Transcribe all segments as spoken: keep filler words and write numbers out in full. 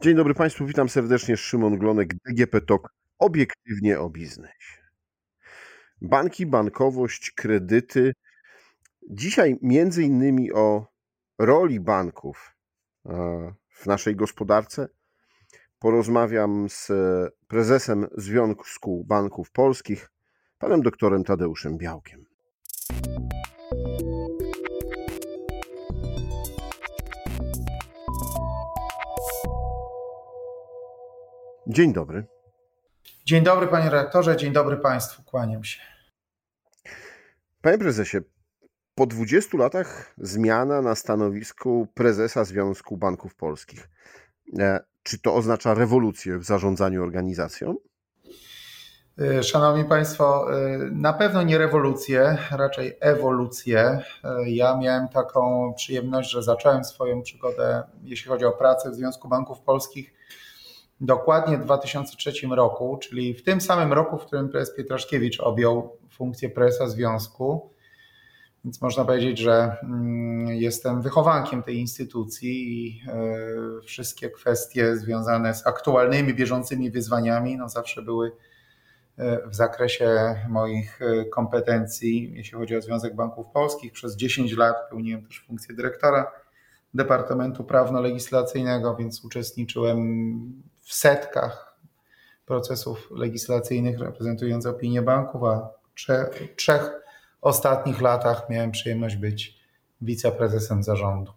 Dzień dobry Państwu, witam serdecznie. Szymon Glonek, D G P Talk, obiektywnie o biznesie. Banki, bankowość, kredyty. Dzisiaj między innymi o roli banków w naszej gospodarce porozmawiam z prezesem Związku Banków Polskich, panem doktorem Tadeuszem Białkiem. Dzień dobry. Dzień dobry panie redaktorze, dzień dobry państwu, kłaniam się. Panie prezesie, po dwudziestu latach zmiana na stanowisku prezesa Związku Banków Polskich. Czy to oznacza rewolucję w zarządzaniu organizacją? Szanowni Państwo, na pewno nie rewolucję, raczej ewolucję. Ja miałem taką przyjemność, że zacząłem swoją przygodę, jeśli chodzi o pracę w Związku Banków Polskich, dokładnie w dwa tysiące trzecim roku, czyli w tym samym roku, w którym prezes Pietraszkiewicz objął funkcję prezesa związku. Więc można powiedzieć, że jestem wychowankiem tej instytucji i wszystkie kwestie związane z aktualnymi, bieżącymi wyzwaniami no zawsze były w zakresie moich kompetencji, jeśli chodzi o Związek Banków Polskich. Przez dziesięć lat pełniłem też funkcję dyrektora Departamentu Prawno-Legislacyjnego, więc uczestniczyłem w setkach procesów legislacyjnych reprezentujących opinię banków, a w trzech ostatnich latach miałem przyjemność być wiceprezesem zarządu.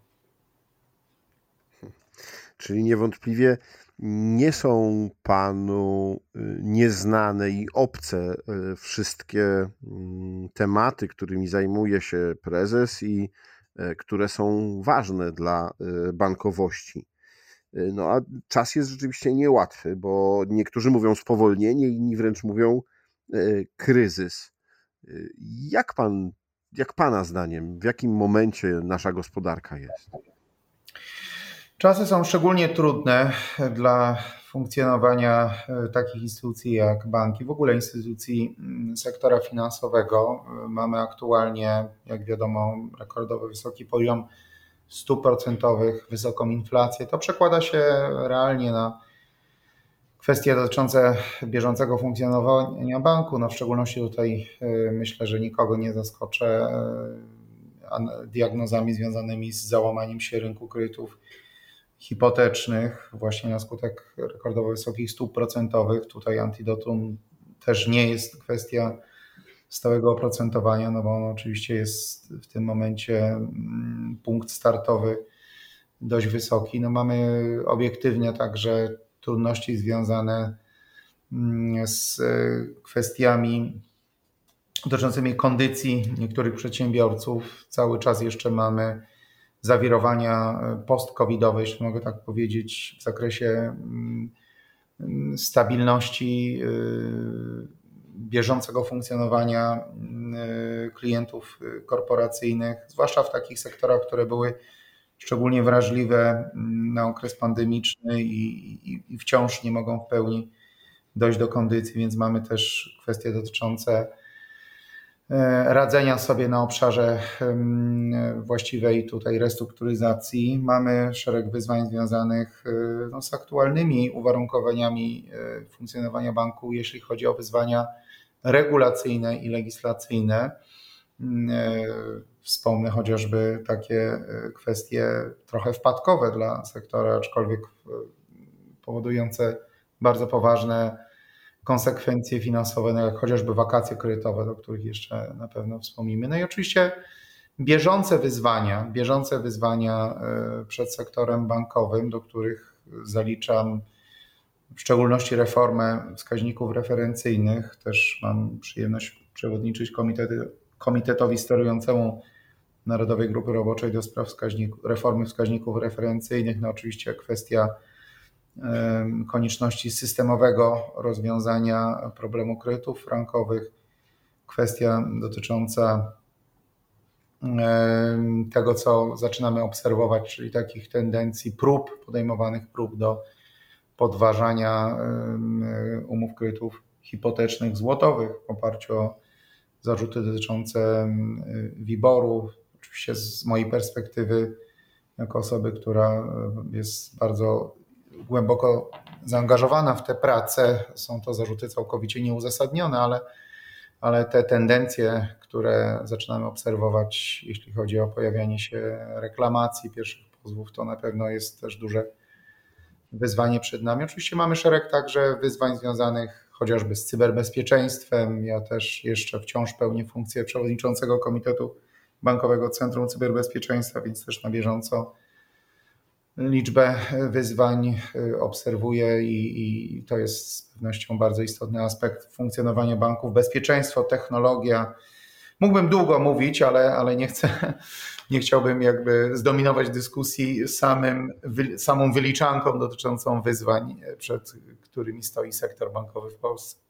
Czyli niewątpliwie nie są panu nieznane i obce wszystkie tematy, którymi zajmuje się prezes i które są ważne dla bankowości. No a czas jest rzeczywiście niełatwy, bo niektórzy mówią spowolnienie, inni wręcz mówią kryzys. Jak pan, jak pana zdaniem, w jakim momencie nasza gospodarka jest? Czasy są szczególnie trudne dla funkcjonowania takich instytucji jak banki, w ogóle instytucji sektora finansowego. Mamy aktualnie, jak wiadomo, rekordowo wysoki poziom stóp procentowych, wysoką inflację. To przekłada się realnie na kwestie dotyczące bieżącego funkcjonowania banku. No w szczególności tutaj myślę, że nikogo nie zaskoczę diagnozami związanymi z załamaniem się rynku kredytów hipotecznych właśnie na skutek rekordowo wysokich stóp procentowych. Tutaj antidotum też nie jest kwestia stałego oprocentowania, no bo ono oczywiście jest w tym momencie punkt startowy dość wysoki. No mamy obiektywnie także trudności związane z kwestiami dotyczącymi kondycji niektórych przedsiębiorców. Cały czas jeszcze mamy zawirowania post-covidowe, jeśli mogę tak powiedzieć, w zakresie stabilności bieżącego funkcjonowania klientów korporacyjnych, zwłaszcza w takich sektorach, które były szczególnie wrażliwe na okres pandemiczny i, i, i wciąż nie mogą w pełni dojść do kondycji, więc mamy też kwestie dotyczące radzenia sobie na obszarze właściwej tutaj restrukturyzacji. Mamy szereg wyzwań związanych no, z aktualnymi uwarunkowaniami funkcjonowania banku, jeśli chodzi o wyzwania regulacyjne i legislacyjne. Wspomnę chociażby takie kwestie trochę wpadkowe dla sektora, aczkolwiek powodujące bardzo poważne konsekwencje finansowe, no jak chociażby wakacje kredytowe, do których jeszcze na pewno wspomnimy. No i oczywiście bieżące wyzwania, bieżące wyzwania przed sektorem bankowym, do których zaliczam w szczególności reformę wskaźników referencyjnych. Też mam przyjemność przewodniczyć komitety, komitetowi sterującemu Narodowej Grupy Roboczej do spraw wskaźników, reformy wskaźników referencyjnych. No oczywiście kwestia konieczności systemowego rozwiązania problemu kredytów frankowych, kwestia dotycząca tego, co zaczynamy obserwować, czyli takich tendencji prób, podejmowanych prób do podważania umów kredytów hipotecznych złotowych w oparciu o zarzuty dotyczące wiboru. Oczywiście z mojej perspektywy, jako osoby, która jest bardzo głęboko zaangażowana w tę pracę. Są to zarzuty całkowicie nieuzasadnione, ale, ale te tendencje, które zaczynamy obserwować, jeśli chodzi o pojawianie się reklamacji, pierwszych pozwów, to na pewno jest też duże wyzwanie przed nami. Oczywiście mamy szereg także wyzwań związanych chociażby z cyberbezpieczeństwem. Ja też jeszcze wciąż pełnię funkcję przewodniczącego Komitetu Bankowego Centrum Cyberbezpieczeństwa, więc też na bieżąco liczbę wyzwań obserwuję i, i to jest z pewnością bardzo istotny aspekt funkcjonowania banków. Bezpieczeństwo, technologia. Mógłbym długo mówić, ale, ale nie chcę, nie chciałbym jakby zdominować dyskusji samym, samą wyliczanką dotyczącą wyzwań, przed którymi stoi sektor bankowy w Polsce.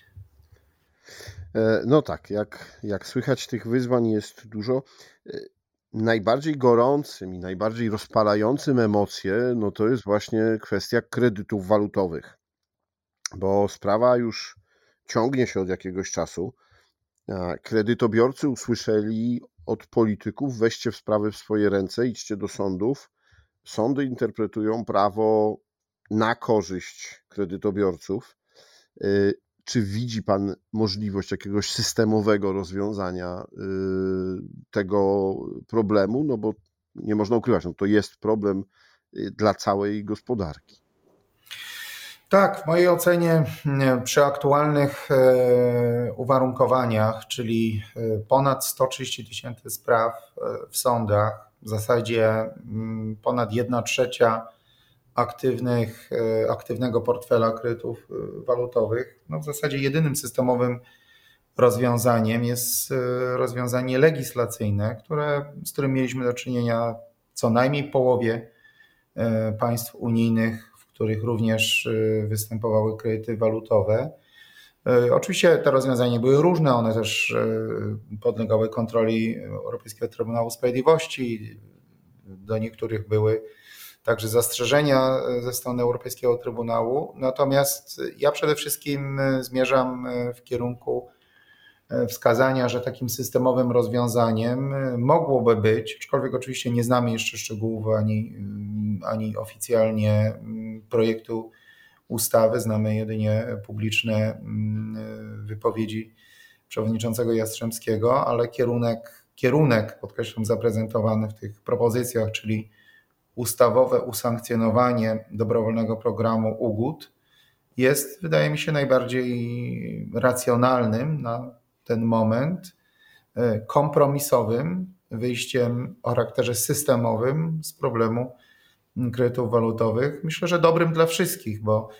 No tak, jak, jak słychać, tych wyzwań jest dużo. Najbardziej gorącym i najbardziej rozpalającym emocje, no to jest właśnie kwestia kredytów walutowych, bo sprawa już ciągnie się od jakiegoś czasu. Kredytobiorcy usłyszeli od polityków: weźcie w sprawy w swoje ręce, idźcie do sądów. Sądy interpretują prawo na korzyść kredytobiorców. Czy widzi Pan możliwość jakiegoś systemowego rozwiązania tego problemu? No bo nie można ukrywać, no to jest problem dla całej gospodarki. Tak, w mojej ocenie przy aktualnych uwarunkowaniach, czyli ponad sto trzydzieści tysięcy spraw w sądach, w zasadzie ponad jedna trzecia aktywnych, aktywnego portfela kredytów walutowych, no w zasadzie jedynym systemowym rozwiązaniem jest rozwiązanie legislacyjne, które, z którym mieliśmy do czynienia co najmniej w połowie państw unijnych, w których również występowały kredyty walutowe. Oczywiście te rozwiązania były różne, one też podlegały kontroli Europejskiego Trybunału Sprawiedliwości. Do niektórych były także zastrzeżenia ze strony Europejskiego Trybunału. Natomiast ja przede wszystkim zmierzam w kierunku wskazania, że takim systemowym rozwiązaniem mogłoby być, aczkolwiek oczywiście nie znamy jeszcze szczegółów ani, ani oficjalnie projektu ustawy, znamy jedynie publiczne wypowiedzi przewodniczącego Jastrzębskiego, ale kierunek, kierunek, podkreślam, zaprezentowany w tych propozycjach, czyli ustawowe usankcjonowanie dobrowolnego programu ugód, jest, wydaje mi się, najbardziej racjonalnym na ten moment, kompromisowym wyjściem o charakterze systemowym z problemu kredytów walutowych. Myślę, że dobrym dla wszystkich, bo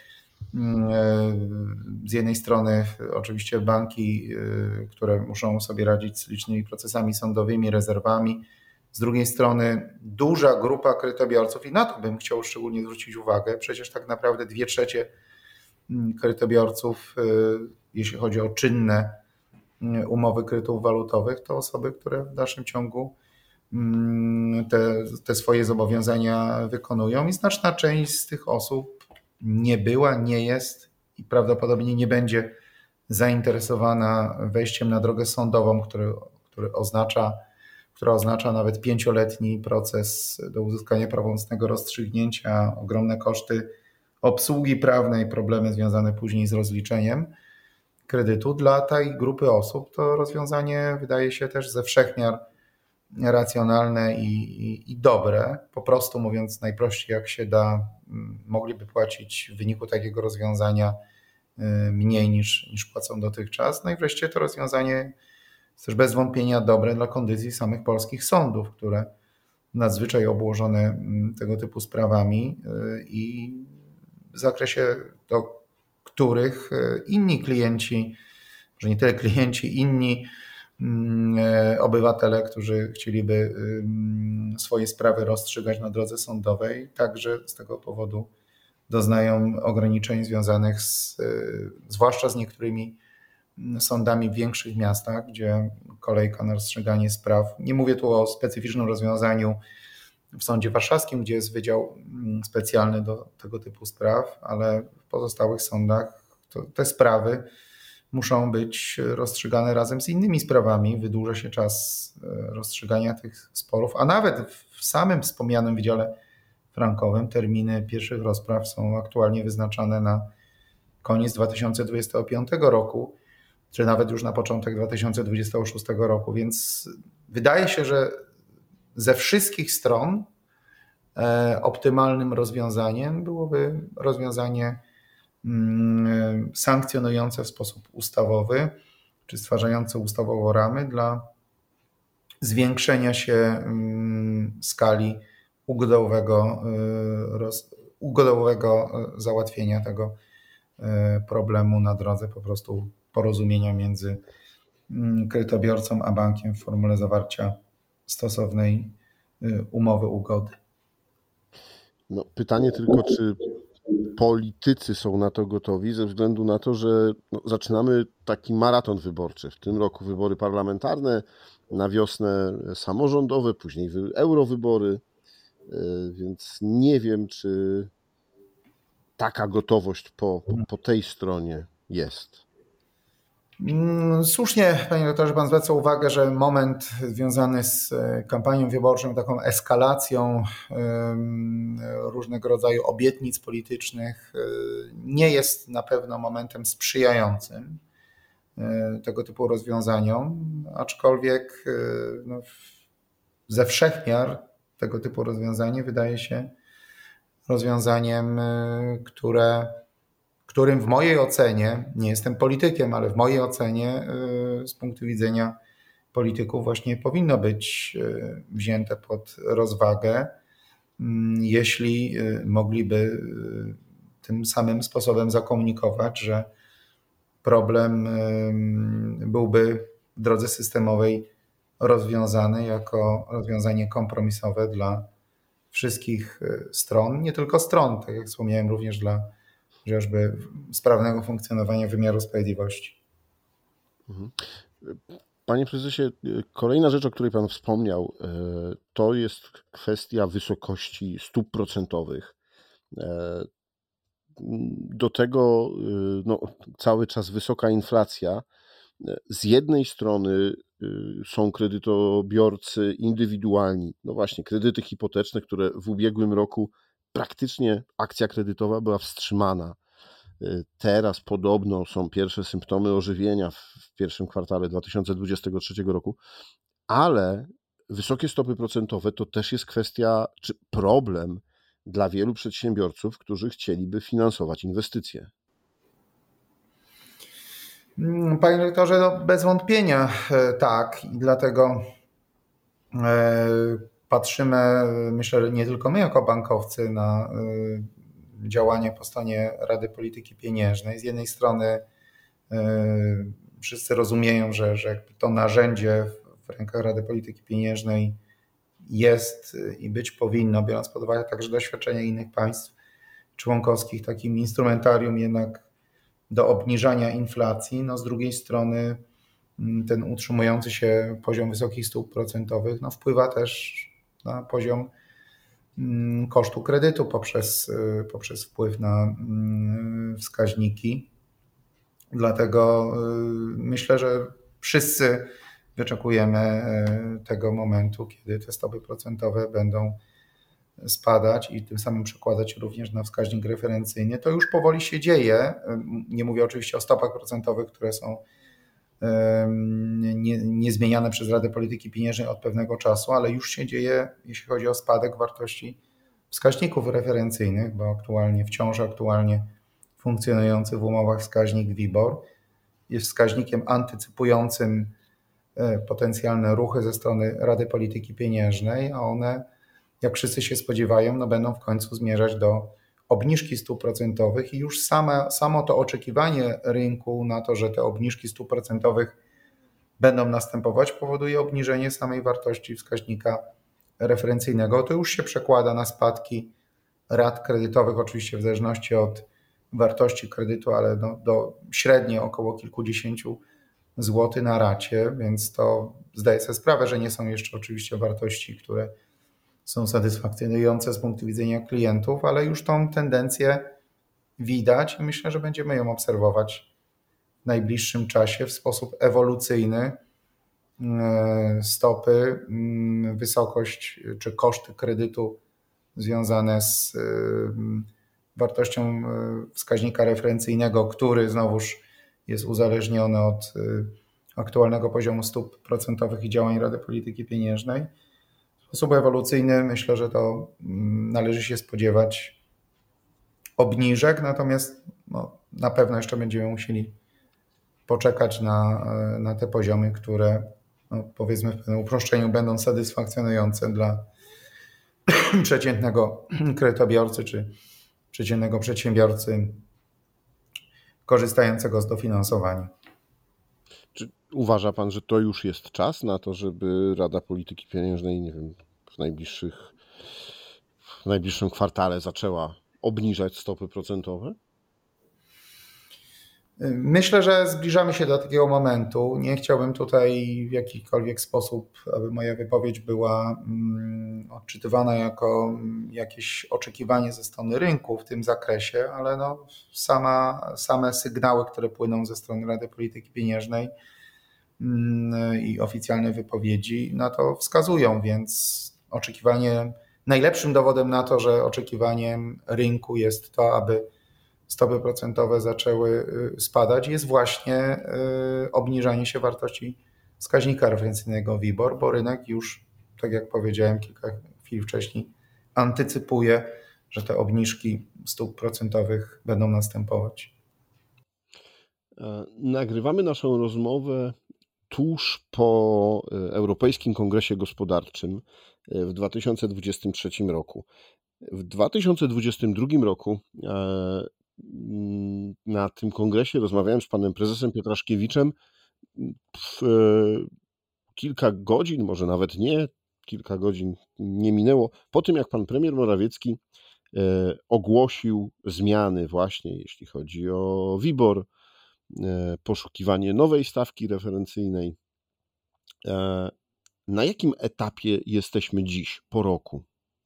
z jednej strony oczywiście banki, które muszą sobie radzić z licznymi procesami sądowymi, rezerwami, z drugiej strony duża grupa kredytobiorców, i na to bym chciał szczególnie zwrócić uwagę, przecież tak naprawdę dwie trzecie kredytobiorców, jeśli chodzi o czynne umowy kredytów walutowych, to osoby, które w dalszym ciągu te, te swoje zobowiązania wykonują i znaczna część z tych osób nie była, nie jest i prawdopodobnie nie będzie zainteresowana wejściem na drogę sądową, który, który oznacza, która oznacza nawet pięcioletni proces do uzyskania prawomocnego rozstrzygnięcia, ogromne koszty obsługi prawnej, problemy związane później z rozliczeniem kredytu. Dla tej grupy osób to rozwiązanie wydaje się też ze wszech miar racjonalne i, i, i dobre. Po prostu mówiąc najprościej jak się da, mogliby płacić w wyniku takiego rozwiązania mniej niż, niż płacą dotychczas. No i wreszcie to rozwiązanie jest też bez wątpienia dobre dla kondycji samych polskich sądów, które nadzwyczaj obłożone tego typu sprawami i w zakresie do których inni klienci, może nie tyle klienci, inni obywatele, którzy chcieliby swoje sprawy rozstrzygać na drodze sądowej, także z tego powodu doznają ograniczeń związanych z, zwłaszcza z niektórymi sądami w większych miastach, gdzie kolejka na rozstrzyganie spraw, nie mówię tu o specyficznym rozwiązaniu w Sądzie Warszawskim, gdzie jest wydział specjalny do tego typu spraw, ale w pozostałych sądach to te sprawy muszą być rozstrzygane razem z innymi sprawami. Wydłuża się czas rozstrzygania tych sporów, a nawet w samym wspomnianym Wydziale frankowym. Terminy pierwszych rozpraw są aktualnie wyznaczane na koniec dwa tysiące dwudziestego piątego roku, czy nawet już na początek dwa tysiące dwudziestego szóstego roku, więc wydaje się, że ze wszystkich stron optymalnym rozwiązaniem byłoby rozwiązanie sankcjonujące w sposób ustawowy, czy stwarzające ustawowo ramy dla zwiększenia się skali ugodowego, ugodowego załatwienia tego problemu na drodze po prostu porozumienia między kredytobiorcą a bankiem w formule zawarcia stosownej umowy ugody. No, pytanie tylko, czy politycy są na to gotowi, ze względu na to, że no, zaczynamy taki maraton wyborczy. W tym roku wybory parlamentarne, na wiosnę samorządowe, później eurowybory, więc nie wiem, czy taka gotowość po, po, po tej stronie jest. Słusznie, panie doktorze, pan zwraca uwagę, że moment związany z kampanią wyborczą, taką eskalacją różnego rodzaju obietnic politycznych nie jest na pewno momentem sprzyjającym tego typu rozwiązaniom, aczkolwiek no, ze wszechmiar tego typu rozwiązanie wydaje się rozwiązaniem, które którym w mojej ocenie, nie jestem politykiem, ale w mojej ocenie z punktu widzenia polityków właśnie powinno być wzięte pod rozwagę, jeśli mogliby tym samym sposobem zakomunikować, że problem byłby w drodze systemowej rozwiązany jako rozwiązanie kompromisowe dla wszystkich stron, nie tylko stron, tak jak wspomniałem, również dla chociażby sprawnego funkcjonowania wymiaru sprawiedliwości. Panie prezesie, kolejna rzecz, o której pan wspomniał, to jest kwestia wysokości stóp procentowych. Do tego no, cały czas wysoka inflacja. Z jednej strony są kredytobiorcy indywidualni, no właśnie kredyty hipoteczne, które w ubiegłym roku praktycznie akcja kredytowa była wstrzymana. Teraz podobno są pierwsze symptomy ożywienia w pierwszym kwartale dwa tysiące dwudziestego trzeciego roku, ale wysokie stopy procentowe to też jest kwestia czy problem dla wielu przedsiębiorców, którzy chcieliby finansować inwestycje. Panie dyrektorze, no bez wątpienia tak i dlatego patrzymy, myślę, że nie tylko my jako bankowcy, na działania po stronie Rady Polityki Pieniężnej. Z jednej strony wszyscy rozumieją, że, że to narzędzie w rękach Rady Polityki Pieniężnej jest i być powinno, biorąc pod uwagę także doświadczenia innych państw członkowskich, takim instrumentarium jednak do obniżania inflacji. No z drugiej strony ten utrzymujący się poziom wysokich stóp procentowych no wpływa też na poziom kosztu kredytu poprzez, poprzez wpływ na wskaźniki. Dlatego myślę, że wszyscy wyczekujemy tego momentu, kiedy te stopy procentowe będą spadać i tym samym przekładać się również na wskaźnik referencyjny. To już powoli się dzieje. Nie mówię oczywiście o stopach procentowych, które są nie, niezmieniane przez Radę Polityki Pieniężnej od pewnego czasu, ale już się dzieje, jeśli chodzi o spadek wartości wskaźników referencyjnych, bo aktualnie, wciąż aktualnie funkcjonujący w umowach wskaźnik WIBOR jest wskaźnikiem antycypującym potencjalne ruchy ze strony Rady Polityki Pieniężnej, a one, jak wszyscy się spodziewają, no będą w końcu zmierzać do obniżki stóp procentowych i już same, samo to oczekiwanie rynku na to, że te obniżki stóp procentowych będą następować, powoduje obniżenie samej wartości wskaźnika referencyjnego. To już się przekłada na spadki rat kredytowych, oczywiście w zależności od wartości kredytu, ale no do średnio około kilkudziesięciu złotych na racie, więc to zdaję sobie sprawę, że nie są jeszcze oczywiście wartości, które są satysfakcjonujące z punktu widzenia klientów, ale już tą tendencję widać i myślę, że będziemy ją obserwować w najbliższym czasie w sposób ewolucyjny. Stopy, wysokość czy koszty kredytu związane z wartością wskaźnika referencyjnego, który znowuż jest uzależniony od aktualnego poziomu stóp procentowych i działań Rady Polityki Pieniężnej. W sposób ewolucyjny myślę, że to należy się spodziewać obniżek, natomiast no, na pewno jeszcze będziemy musieli poczekać na, na te poziomy, które no, powiedzmy w pewnym uproszczeniu będą satysfakcjonujące dla przeciętnego kredytobiorcy czy przeciętnego przedsiębiorcy korzystającego z dofinansowania. Czy uważa pan, że to już jest czas na to, żeby Rada Polityki Pieniężnej, nie wiem, w najbliższych, w najbliższym kwartale zaczęła obniżać stopy procentowe? Myślę, że zbliżamy się do takiego momentu. Nie chciałbym tutaj w jakikolwiek sposób, aby moja wypowiedź była odczytywana jako jakieś oczekiwanie ze strony rynku w tym zakresie, ale no sama, same sygnały, które płyną ze strony Rady Polityki Pieniężnej i oficjalne wypowiedzi na to wskazują, więc oczekiwanie, najlepszym dowodem na to, że oczekiwaniem rynku jest to, aby stopy procentowe zaczęły spadać, jest właśnie obniżanie się wartości wskaźnika referencyjnego WIBOR, bo rynek już, tak jak powiedziałem kilka chwil wcześniej, antycypuje, że te obniżki stóp procentowych będą następować. Nagrywamy naszą rozmowę tuż po Europejskim Kongresie Gospodarczym w dwa tysiące dwudziestym trzecim roku. W dwa tysiące dwudziestym drugim roku na tym kongresie rozmawiałem z panem prezesem Pietraszkiewiczem kilka godzin, może nawet nie, kilka godzin nie minęło, po tym jak pan premier Morawiecki ogłosił zmiany właśnie, jeśli chodzi o WIBOR, poszukiwanie nowej stawki referencyjnej. Na jakim etapie jesteśmy dziś, po roku?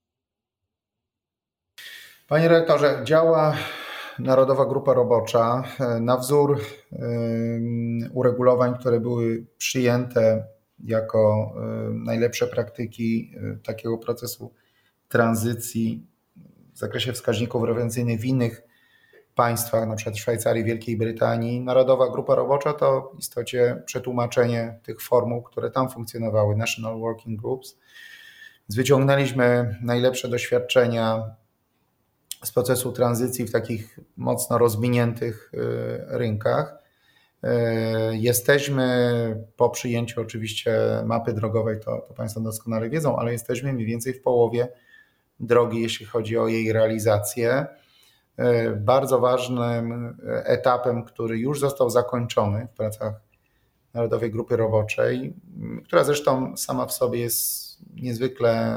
Panie rektorze, działa Narodowa Grupa Robocza na wzór uregulowań, które były przyjęte jako najlepsze praktyki takiego procesu tranzycji w zakresie wskaźników referencyjnych w innych państwach, na przykład Szwajcarii, Wielkiej Brytanii. Narodowa Grupa Robocza to w istocie przetłumaczenie tych formuł, które tam funkcjonowały, National Working Groups. Wyciągnęliśmy najlepsze doświadczenia z procesu tranzycji w takich mocno rozwiniętych rynkach. Jesteśmy po przyjęciu oczywiście mapy drogowej, to, to Państwo doskonale wiedzą, ale jesteśmy mniej więcej w połowie drogi, jeśli chodzi o jej realizację. Bardzo ważnym etapem, który już został zakończony w pracach Narodowej Grupy Roboczej, która zresztą sama w sobie jest niezwykle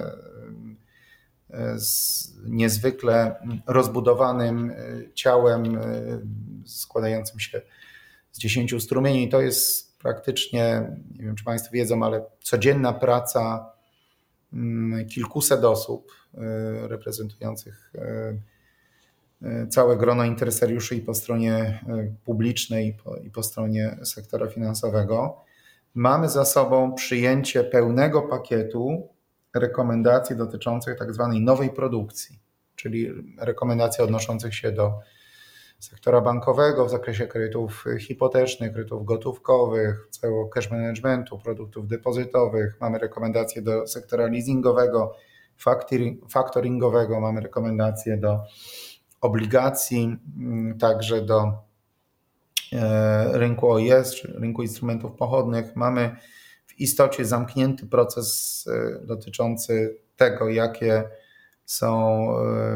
z niezwykle rozbudowanym ciałem składającym się z dziesięciu strumieni. To jest praktycznie, nie wiem czy Państwo wiedzą, ale codzienna praca kilkuset osób reprezentujących całe grono interesariuszy i po stronie publicznej, i po, i po stronie sektora finansowego. Mamy za sobą przyjęcie pełnego pakietu rekomendacji dotyczących tak zwanej nowej produkcji, czyli rekomendacji odnoszących się do sektora bankowego w zakresie kredytów hipotecznych, kredytów gotówkowych, całego cash managementu, produktów depozytowych. Mamy rekomendacje do sektora leasingowego, factoringowego, mamy rekomendacje do obligacji, także do rynku O I S, czy rynku instrumentów pochodnych. Mamy w istocie zamknięty proces dotyczący tego, jakie są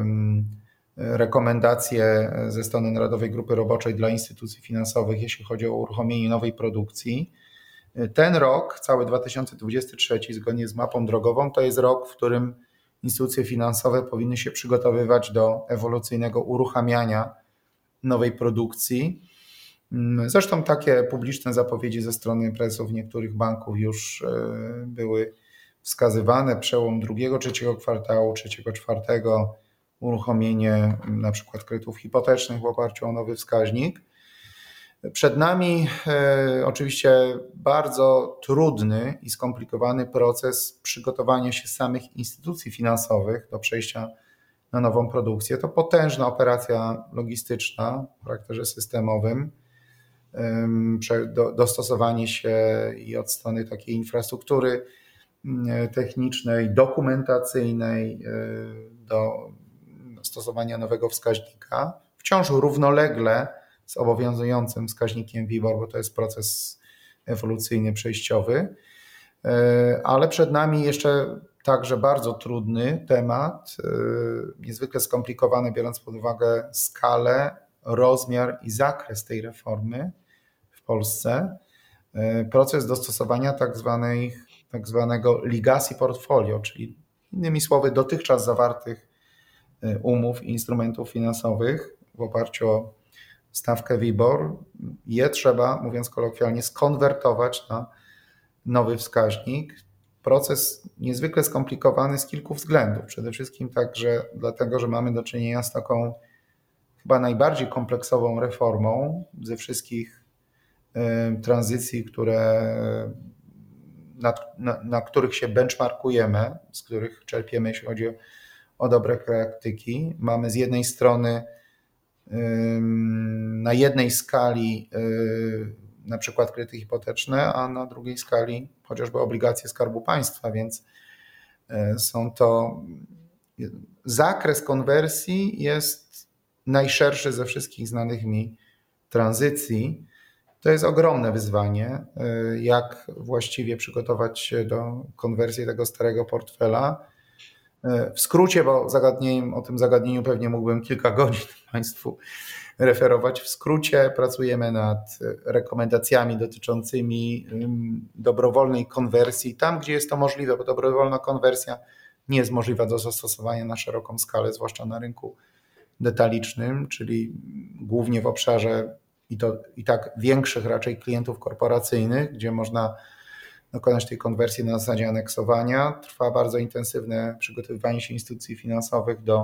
rekomendacje ze strony Narodowej Grupy Roboczej dla instytucji finansowych, jeśli chodzi o uruchomienie nowej produkcji. Ten rok, cały dwa tysiące dwudziesty trzeci, zgodnie z mapą drogową, to jest rok, w którym instytucje finansowe powinny się przygotowywać do ewolucyjnego uruchamiania nowej produkcji. Zresztą takie publiczne zapowiedzi ze strony prezesów niektórych banków już były wskazywane. Przełom drugiego, trzeciego kwartału, trzeciego, czwartego, uruchomienie na przykład kredytów hipotecznych w oparciu o nowy wskaźnik. Przed nami e, oczywiście bardzo trudny i skomplikowany proces przygotowania się samych instytucji finansowych do przejścia na nową produkcję. To potężna operacja logistyczna w charakterze systemowym, dostosowanie się i od strony takiej infrastruktury technicznej, dokumentacyjnej do stosowania nowego wskaźnika, wciąż równolegle z obowiązującym wskaźnikiem WIBOR, bo to jest proces ewolucyjny, przejściowy, ale przed nami jeszcze także bardzo trudny temat, niezwykle skomplikowany, biorąc pod uwagę skalę, rozmiar i zakres tej reformy w Polsce. Proces dostosowania tak, zwanej, tak zwanego legacy portfolio, czyli innymi słowy dotychczas zawartych umów i instrumentów finansowych w oparciu o stawkę WIBOR. Je trzeba, mówiąc kolokwialnie, skonwertować na nowy wskaźnik. Proces niezwykle skomplikowany z kilku względów. Przede wszystkim także dlatego, że mamy do czynienia z taką chyba najbardziej kompleksową reformą ze wszystkich tranzycji, które, na, na, na których się benchmarkujemy, z których czerpiemy, jeśli chodzi o, o dobre praktyki. Mamy z jednej strony na jednej skali na przykład kredyty hipoteczne, a na drugiej skali chociażby obligacje Skarbu Państwa, więc są to... Zakres konwersji jest najszerszy ze wszystkich znanych mi tranzycji. To jest ogromne wyzwanie, jak właściwie przygotować się do konwersji tego starego portfela. W skrócie, bo zagadnieniem, o tym zagadnieniu pewnie mógłbym kilka godzin Państwu referować. W skrócie pracujemy nad rekomendacjami dotyczącymi dobrowolnej konwersji tam, gdzie jest to możliwe, bo dobrowolna konwersja nie jest możliwa do zastosowania na szeroką skalę, zwłaszcza na rynku detalicznym, czyli głównie w obszarze i, to, i tak większych raczej klientów korporacyjnych, gdzie można dokonać tej konwersji na zasadzie aneksowania. Trwa bardzo intensywne przygotowywanie się instytucji finansowych do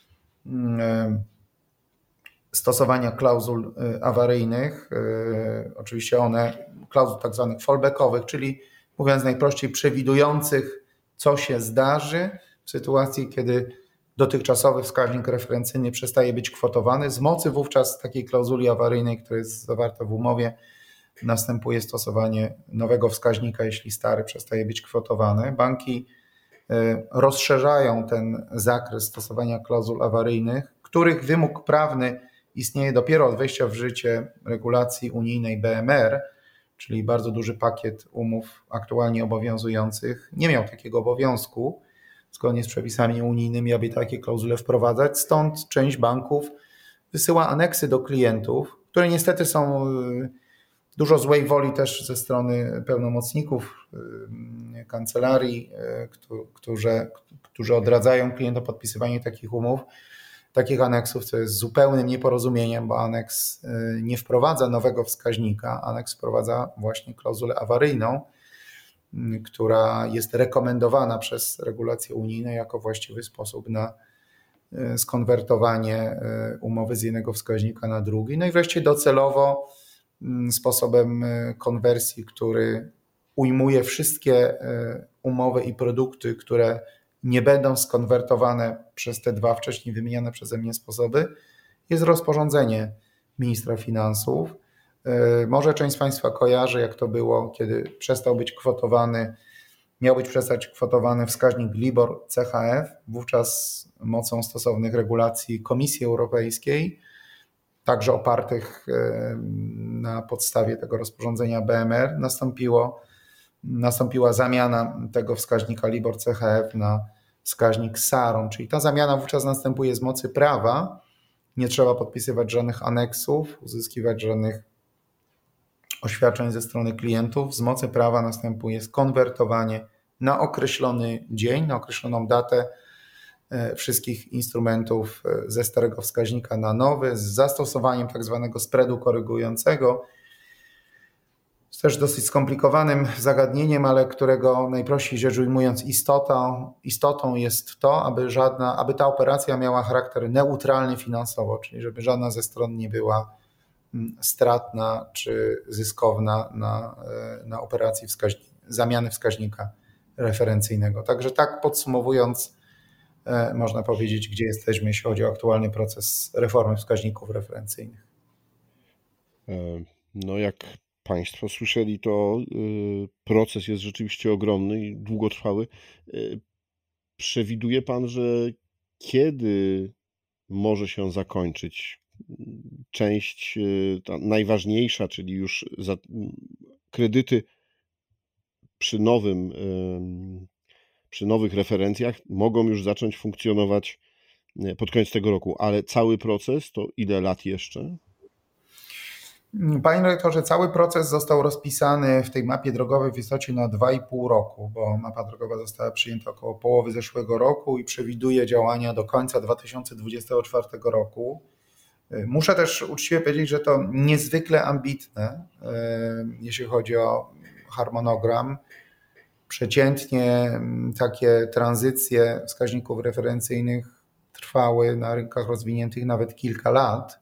stosowania klauzul awaryjnych. Oczywiście one, klauzul tak zwanych fallbackowych, czyli mówiąc najprościej przewidujących, co się zdarzy w sytuacji, kiedy dotychczasowy wskaźnik referencyjny przestaje być kwotowany. Z mocy wówczas takiej klauzuli awaryjnej, która jest zawarta w umowie, następuje stosowanie nowego wskaźnika, jeśli stary przestaje być kwotowany. Banki rozszerzają ten zakres stosowania klauzul awaryjnych, których wymóg prawny istnieje dopiero od wejścia w życie regulacji unijnej B M R, czyli bardzo duży pakiet umów aktualnie obowiązujących nie miał takiego obowiązku zgodnie z przepisami unijnymi, aby takie klauzule wprowadzać. Stąd część banków wysyła aneksy do klientów, które niestety są dużo złej woli też ze strony pełnomocników kancelarii, którzy, którzy odradzają klientom podpisywanie takich umów, takich aneksów, co jest zupełnym nieporozumieniem, bo aneks nie wprowadza nowego wskaźnika, aneks wprowadza właśnie klauzulę awaryjną, która jest rekomendowana przez regulacje unijne jako właściwy sposób na skonwertowanie umowy z jednego wskaźnika na drugi. No i wreszcie docelowo sposobem konwersji, który ujmuje wszystkie umowy i produkty, które nie będą skonwertowane przez te dwa wcześniej wymienione przeze mnie sposoby, jest rozporządzenie ministra finansów. Może część z Państwa kojarzy, jak to było, kiedy przestał być kwotowany, miał być przestać kwotowany wskaźnik LIBOR C H F, wówczas mocą stosownych regulacji Komisji Europejskiej, także opartych na podstawie tego rozporządzenia B M R, nastąpiło, nastąpiła zamiana tego wskaźnika LIBOR C H F na wskaźnik SARON, czyli ta zamiana wówczas następuje z mocy prawa, nie trzeba podpisywać żadnych aneksów, uzyskiwać żadnych oświadczeń ze strony klientów, z mocy prawa następuje skonwertowanie na określony dzień, na określoną datę wszystkich instrumentów ze starego wskaźnika na nowy, z zastosowaniem tak zwanego spreadu korygującego. Jest też dosyć skomplikowanym zagadnieniem, ale którego najprościej rzecz ujmując istotą, istotą jest to, aby, żadna, aby ta operacja miała charakter neutralny finansowo, czyli żeby żadna ze stron nie była stratna czy zyskowna na, na operacji wskaźni- zamiany wskaźnika referencyjnego. Także tak podsumowując, można powiedzieć, gdzie jesteśmy, jeśli chodzi o aktualny proces reformy wskaźników referencyjnych. No jak Państwo słyszeli, to proces jest rzeczywiście ogromny i długotrwały. Przewiduje Pan, że kiedy może się zakończyć część ta najważniejsza, czyli już za kredyty przy nowym, przy nowych referencjach mogą już zacząć funkcjonować pod koniec tego roku, ale cały proces to ile lat jeszcze? Panie dyrektorze, cały proces został rozpisany w tej mapie drogowej w istocie na dwa i pół roku, bo mapa drogowa została przyjęta około połowy zeszłego roku i przewiduje działania do końca dwa tysiące dwudziestego czwartego roku. Muszę też uczciwie powiedzieć, że to niezwykle ambitne, jeśli chodzi o harmonogram. Przeciętnie takie tranzycje wskaźników referencyjnych trwały na rynkach rozwiniętych nawet kilka lat,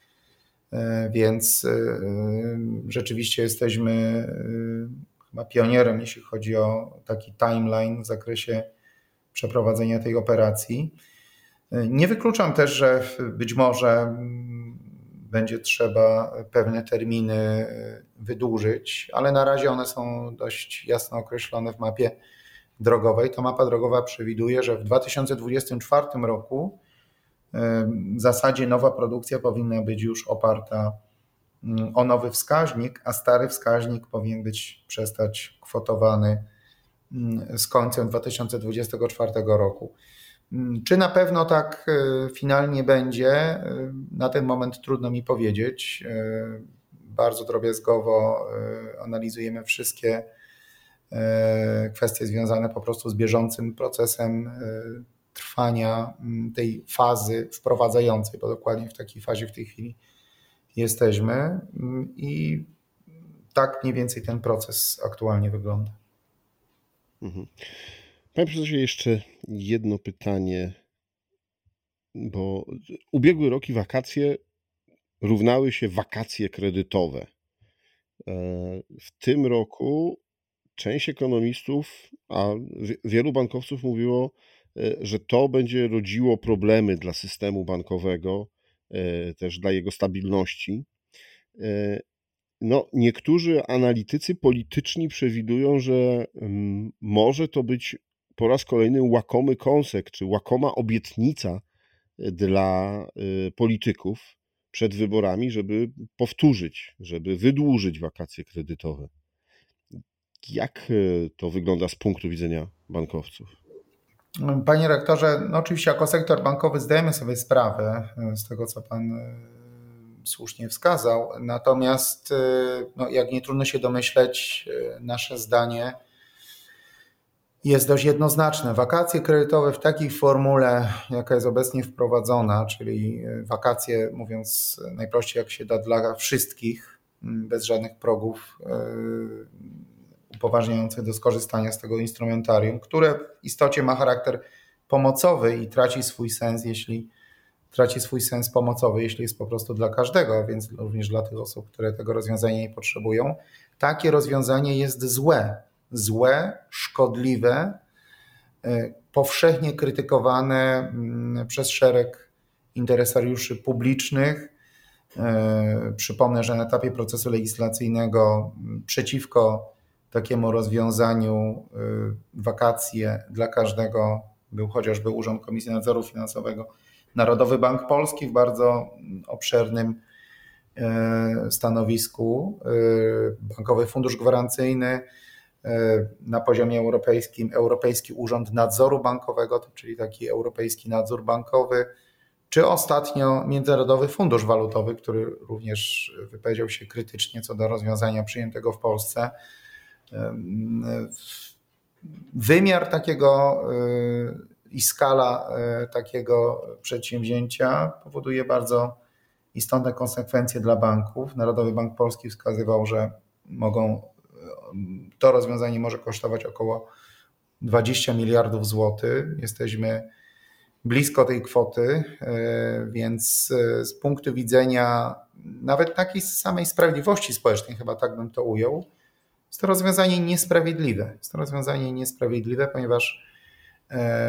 więc rzeczywiście jesteśmy chyba pionierem, jeśli chodzi o taki timeline w zakresie przeprowadzenia tej operacji. Nie wykluczam też, że być może będzie trzeba pewne terminy wydłużyć, ale na razie one są dość jasno określone w mapie drogowej. Ta mapa drogowa przewiduje, że w dwa tysiące dwudziestym czwartym roku w zasadzie nowa produkcja powinna być już oparta o nowy wskaźnik, a stary wskaźnik powinien być przestać kwotowany z końcem dwa tysiące dwudziestego czwartego roku. Czy na pewno tak finalnie będzie? Na ten moment trudno mi powiedzieć. Bardzo drobiazgowo analizujemy wszystkie kwestie związane po prostu z bieżącym procesem trwania tej fazy wprowadzającej, bo dokładnie w takiej fazie w tej chwili jesteśmy i tak mniej więcej ten proces aktualnie wygląda. Mhm. Panie profesorze, jeszcze jedno pytanie, bo ubiegły rok i wakacje równały się wakacje kredytowe. W tym roku część ekonomistów, a wielu bankowców mówiło, że to będzie rodziło problemy dla systemu bankowego, też dla jego stabilności. No, niektórzy analitycy polityczni przewidują, że może to być po raz kolejny łakomy kąsek, czy łakoma obietnica dla polityków przed wyborami, żeby powtórzyć, żeby wydłużyć wakacje kredytowe. Jak to wygląda z punktu widzenia bankowców? Panie rektorze, no oczywiście jako sektor bankowy zdajemy sobie sprawę z tego, co pan słusznie wskazał, natomiast no, jak nie trudno się domyśleć, nasze zdanie jest dość jednoznaczne. Wakacje kredytowe w takiej formule, jaka jest obecnie wprowadzona, czyli wakacje, mówiąc najprościej jak się da, dla wszystkich, bez żadnych progów upoważniających do skorzystania z tego instrumentarium, które w istocie ma charakter pomocowy i traci swój sens, jeśli traci swój sens pomocowy, jeśli jest po prostu dla każdego, a więc również dla tych osób, które tego rozwiązania nie potrzebują. Takie rozwiązanie jest złe. Złe, szkodliwe, powszechnie krytykowane przez szereg interesariuszy publicznych. Przypomnę, że na etapie procesu legislacyjnego przeciwko takiemu rozwiązaniu wakacje dla każdego był chociażby Urząd Komisji Nadzoru Finansowego, Narodowy Bank Polski w bardzo obszernym stanowisku, Bankowy Fundusz Gwarancyjny, na poziomie europejskim Europejski Urząd Nadzoru Bankowego, czyli taki europejski nadzór bankowy, czy ostatnio Międzynarodowy Fundusz Walutowy, który również wypowiedział się krytycznie co do rozwiązania przyjętego w Polsce. Wymiar takiego i skala takiego przedsięwzięcia powoduje bardzo istotne konsekwencje dla banków. Narodowy Bank Polski wskazywał, że mogą, to rozwiązanie może kosztować około dwadzieścia miliardów złotych. Jesteśmy blisko tej kwoty, więc z punktu widzenia nawet takiej samej sprawiedliwości społecznej, chyba tak bym to ujął, jest to rozwiązanie niesprawiedliwe. Jest to rozwiązanie niesprawiedliwe, ponieważ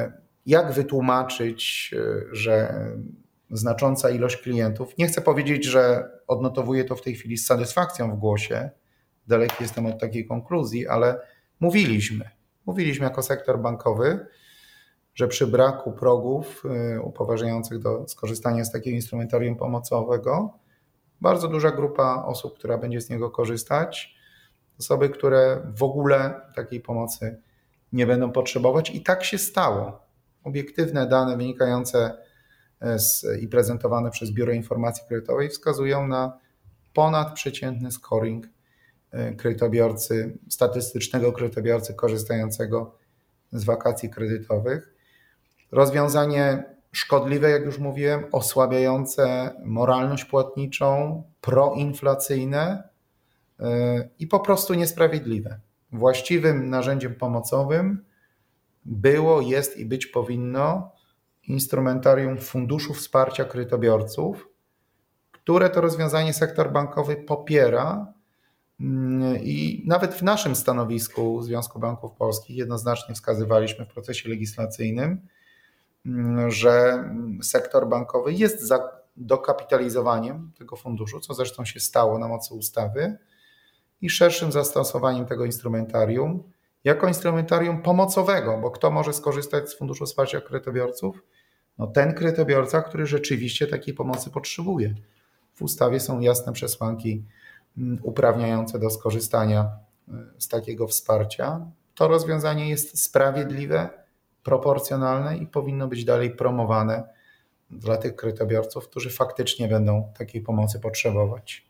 jak wytłumaczyć, że znacząca ilość klientów, nie chcę powiedzieć, że odnotowuję to w tej chwili z satysfakcją w głosie, daleki jestem od takiej konkluzji, ale mówiliśmy, mówiliśmy jako sektor bankowy, że przy braku progów upoważniających do skorzystania z takiego instrumentarium pomocowego, bardzo duża grupa osób, która będzie z niego korzystać, osoby, które w ogóle takiej pomocy nie będą potrzebować i tak się stało. Obiektywne dane wynikające z, i prezentowane przez Biuro Informacji Kredytowej wskazują na ponadprzeciętny scoring kredytobiorcy, statystycznego kredytobiorcy korzystającego z wakacji kredytowych. Rozwiązanie szkodliwe, jak już mówiłem, osłabiające moralność płatniczą, proinflacyjne i po prostu niesprawiedliwe. Właściwym narzędziem pomocowym było, jest i być powinno instrumentarium Funduszu Wsparcia Kredytobiorców, które to rozwiązanie sektor bankowy popiera i nawet w naszym stanowisku Związku Banków Polskich jednoznacznie wskazywaliśmy w procesie legislacyjnym, że sektor bankowy jest za dokapitalizowaniem tego funduszu, co zresztą się stało na mocy ustawy, i szerszym zastosowaniem tego instrumentarium jako instrumentarium pomocowego, bo kto może skorzystać z Funduszu Wsparcia Kredytobiorców? No ten kredytobiorca, który rzeczywiście takiej pomocy potrzebuje. W ustawie są jasne przesłanki uprawniające do skorzystania z takiego wsparcia. To rozwiązanie jest sprawiedliwe, proporcjonalne i powinno być dalej promowane dla tych kredytobiorców, którzy faktycznie będą takiej pomocy potrzebować.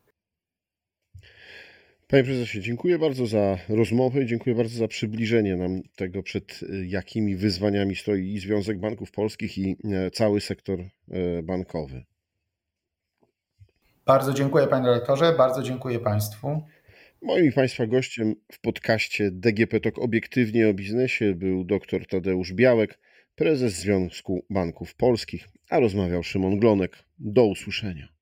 Panie prezesie, dziękuję bardzo za rozmowę i dziękuję bardzo za przybliżenie nam tego, przed jakimi wyzwaniami stoi i Związek Banków Polskich, i cały sektor bankowy. Bardzo dziękuję, panie redaktorze, bardzo dziękuję państwu. Moim i państwa gościem w podcaście D G P Talk Obiektywnie o biznesie był dr Tadeusz Białek, prezes Związku Banków Polskich, a rozmawiał Szymon Glonek. Do usłyszenia.